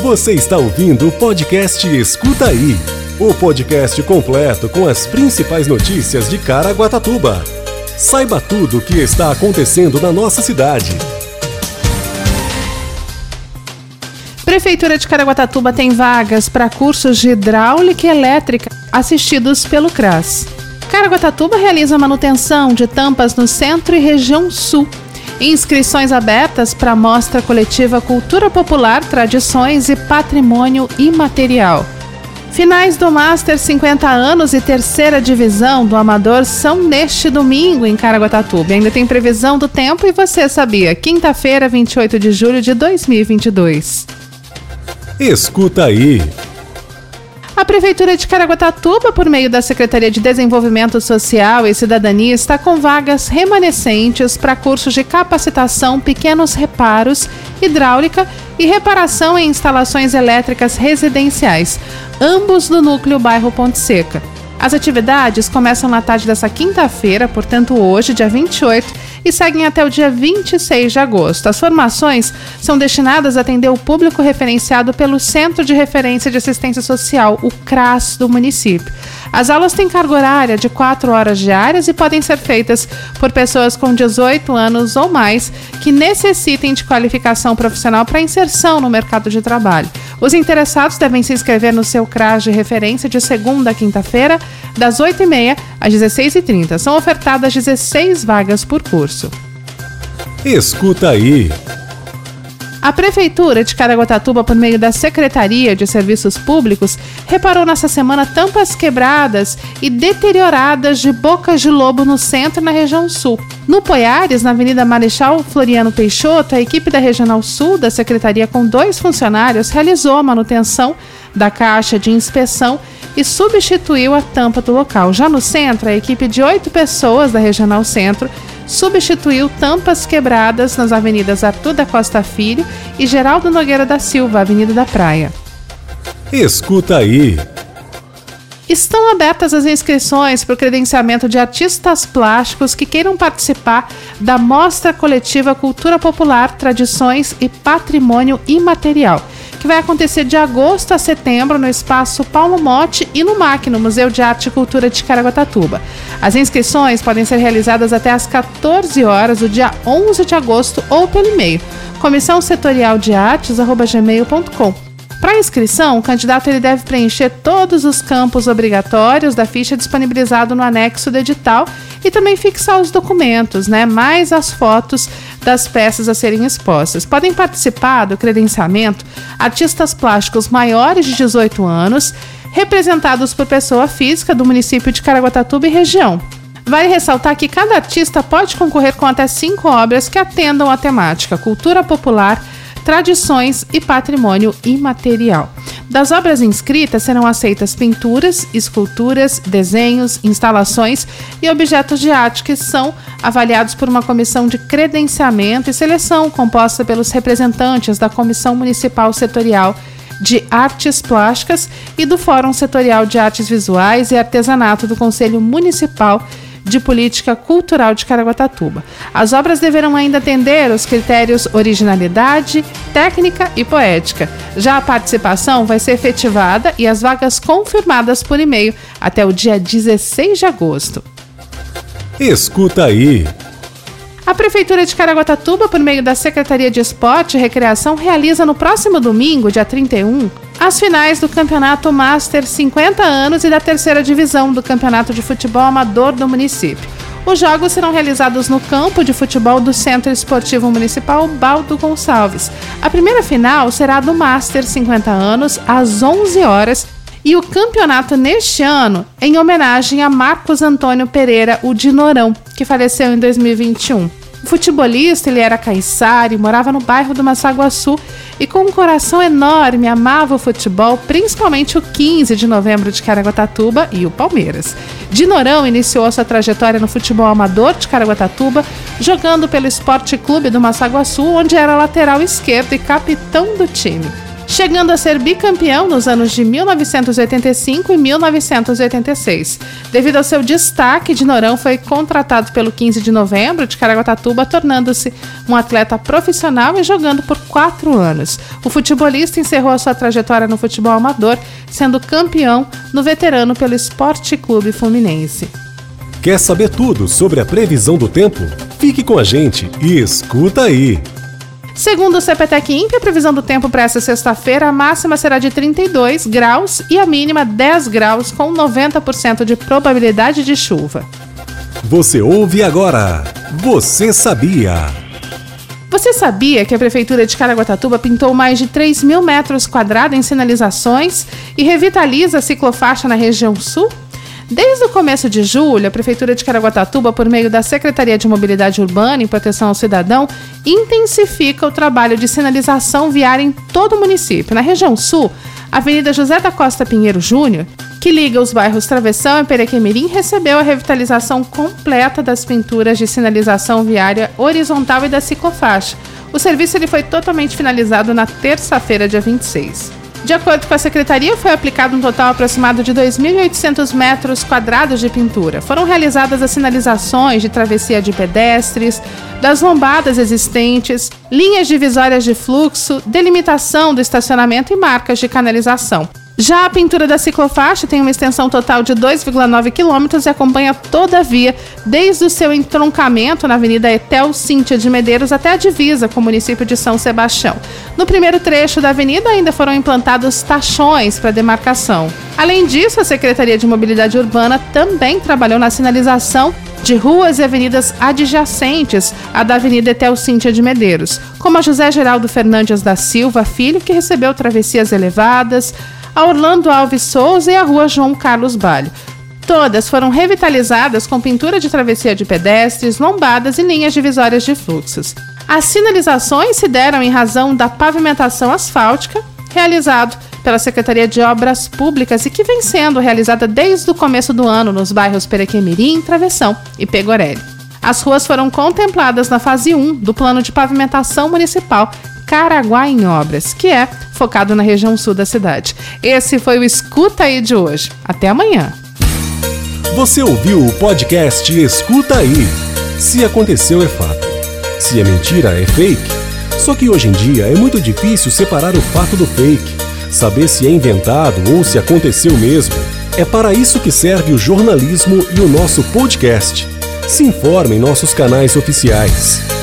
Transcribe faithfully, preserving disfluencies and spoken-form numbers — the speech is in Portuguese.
Você está ouvindo o podcast Escuta Aí, o podcast completo com as principais notícias de Caraguatatuba. Saiba tudo o que está acontecendo na nossa cidade. Prefeitura de Caraguatatuba tem vagas para cursos de hidráulica e elétrica assistidos pelo CRAS. Caraguatatuba realiza manutenção de tampas no centro e região sul. Inscrições abertas para a mostra coletiva Cultura Popular, Tradições e Patrimônio Imaterial. Finais do Master cinquenta anos e terceira divisão do Amador são neste domingo em Caraguatatuba. Ainda tem previsão do tempo e você sabia? Quinta-feira, vinte e oito de julho de dois mil e vinte e dois. Escuta Aí. A Prefeitura de Caraguatatuba, por meio da Secretaria de Desenvolvimento Social e Cidadania, está com vagas remanescentes para cursos de capacitação, pequenos reparos, hidráulica e reparação em instalações elétricas residenciais, ambos no núcleo bairro Ponte Seca. As atividades começam na tarde dessa quinta-feira, portanto hoje, dia vinte e oito, e seguem até o dia vinte e seis de agosto. As formações são destinadas a atender o público referenciado pelo Centro de Referência de Assistência Social, o CRAS, do município. As aulas têm carga horária de quatro horas diárias e podem ser feitas por pessoas com dezoito anos ou mais que necessitem de qualificação profissional para inserção no mercado de trabalho. Os interessados devem se inscrever no seu CRAS de referência de segunda a quinta-feira, das oito e meia às dezesseis e trinta. São ofertadas dezesseis vagas por curso. Escuta Aí. A Prefeitura de Caraguatatuba, por meio da Secretaria de Serviços Públicos, reparou nessa semana tampas quebradas e deterioradas de bocas de lobo no centro e na região sul. No Poiares, na Avenida Marechal Floriano Peixoto, a equipe da Regional Sul da Secretaria, com dois funcionários, realizou a manutenção da caixa de inspeção e substituiu a tampa do local. Já no centro, a equipe de oito pessoas da Regional Centro substituiu tampas quebradas nas avenidas Arthur da Costa Filho e Geraldo Nogueira da Silva, Avenida da Praia. Escuta Aí. Estão abertas as inscrições para o credenciamento de artistas plásticos que queiram participar da Mostra Coletiva Cultura Popular, Tradições e Patrimônio Imaterial, que vai acontecer de agosto a setembro no Espaço Paulo Motti e no M A C, no Museu de Arte e Cultura de Caraguatatuba. As inscrições podem ser realizadas até às quatorze horas do dia onze de agosto ou pelo e-mail comissão setorial de artes arroba gmail ponto com. Para inscrição, o candidato ele deve preencher todos os campos obrigatórios da ficha disponibilizado no anexo do edital e também fixar os documentos, né, mais as fotos das peças a serem expostas. Podem participar do credenciamento artistas plásticos maiores de dezoito anos, representados por pessoa física do município de Caraguatatuba e região. Vale ressaltar que cada artista pode concorrer com até cinco obras que atendam à temática cultura popular, tradições e patrimônio imaterial. Das obras inscritas serão aceitas pinturas, esculturas, desenhos, instalações e objetos de arte que são avaliados por uma comissão de credenciamento e seleção composta pelos representantes da Comissão Municipal Setorial de Artes Plásticas e do Fórum Setorial de Artes Visuais e Artesanato do Conselho Municipal de Política Cultural de Caraguatatuba. As obras deverão ainda atender os critérios originalidade, técnica e poética. Já a participação vai ser efetivada e as vagas confirmadas por e-mail até o dia dezesseis de agosto. Escuta Aí. A Prefeitura de Caraguatatuba, por meio da Secretaria de Esporte e Recreação, realiza no próximo domingo, dia trinta e um, as finais do Campeonato Master cinquenta anos e da terceira divisão do Campeonato de Futebol Amador do município. Os jogos serão realizados no campo de futebol do Centro Esportivo Municipal Baldo Gonçalves. A primeira final será do Master cinquenta anos, às onze horas, e o campeonato neste ano em homenagem a Marcos Antônio Pereira, o Dinorão, que faleceu em dois mil e vinte e um. O futebolista, ele era caiçara e morava no bairro do Massaguaçu e com um coração enorme amava o futebol, principalmente o quinze de novembro de Caraguatatuba e o Palmeiras. Dinorão iniciou sua trajetória no futebol amador de Caraguatatuba, jogando pelo Esporte Clube do Massaguaçu, onde era lateral esquerdo e capitão do time. chegando a ser bicampeão nos anos de mil novecentos e oitenta e cinco e mil novecentos e oitenta e seis. Devido ao seu destaque, Dinorão foi contratado pelo quinze de novembro de Caraguatatuba, tornando-se um atleta profissional e jogando por quatro anos. O futebolista encerrou a sua trajetória no futebol amador, sendo campeão no veterano pelo Esporte Clube Fluminense. Quer saber tudo sobre a previsão do tempo? Fique com a gente e escuta aí! Segundo o CPTEC-Imp, a previsão do tempo para essa sexta-feira, a máxima será de trinta e dois graus e a mínima dez graus, com noventa por cento de probabilidade de chuva. Você ouve agora. Você sabia? Você sabia que a Prefeitura de Caraguatatuba pintou mais de três mil metros quadrados em sinalizações e revitaliza a ciclofaixa na região sul? Desde o começo de julho, a Prefeitura de Caraguatatuba, por meio da Secretaria de Mobilidade Urbana e Proteção ao Cidadão, intensifica o trabalho de sinalização viária em todo o município. Na região sul, a Avenida José da Costa Pinheiro Júnior, que liga os bairros Travessão e Perequemirim, recebeu a revitalização completa das pinturas de sinalização viária horizontal e da ciclofaixa. O serviço ele foi totalmente finalizado na terça-feira, dia vinte e seis. De acordo com a Secretaria, foi aplicado um total aproximado de dois mil e oitocentos metros quadrados de pintura. Foram realizadas as sinalizações de travessia de pedestres, das lombadas existentes, linhas divisórias de fluxo, delimitação do estacionamento e marcas de canalização. Já a pintura da ciclofaixa tem uma extensão total de dois vírgula nove quilômetros e acompanha toda a via, desde o seu entroncamento na Avenida Etel Cíntia de Medeiros até a divisa com o município de São Sebastião. No primeiro trecho da avenida ainda foram implantados tachões para demarcação. Além disso, a Secretaria de Mobilidade Urbana também trabalhou na sinalização de ruas e avenidas adjacentes à da Avenida Etel Cíntia de Medeiros, como a José Geraldo Fernandes da Silva Filho, que recebeu travessias elevadas, a Orlando Alves Souza e a Rua João Carlos Balho. Todas foram revitalizadas com pintura de travessia de pedestres, lombadas e linhas divisórias de fluxos. As sinalizações se deram em razão da pavimentação asfáltica, realizado pela Secretaria de Obras Públicas e que vem sendo realizada desde o começo do ano nos bairros Perequemirim, Travessão e Pegorelli. As ruas foram contempladas na fase um do Plano de Pavimentação Municipal Caraguá em Obras, que é focado na região sul da cidade. Esse foi o Escuta Aí de hoje. Até amanhã. Você ouviu o podcast Escuta Aí. Se aconteceu é fato. Se é mentira é fake. Só que hoje em dia é muito difícil separar o fato do fake. Saber se é inventado ou se aconteceu mesmo. É para isso que serve o jornalismo e o nosso podcast. Se informe em nossos canais oficiais.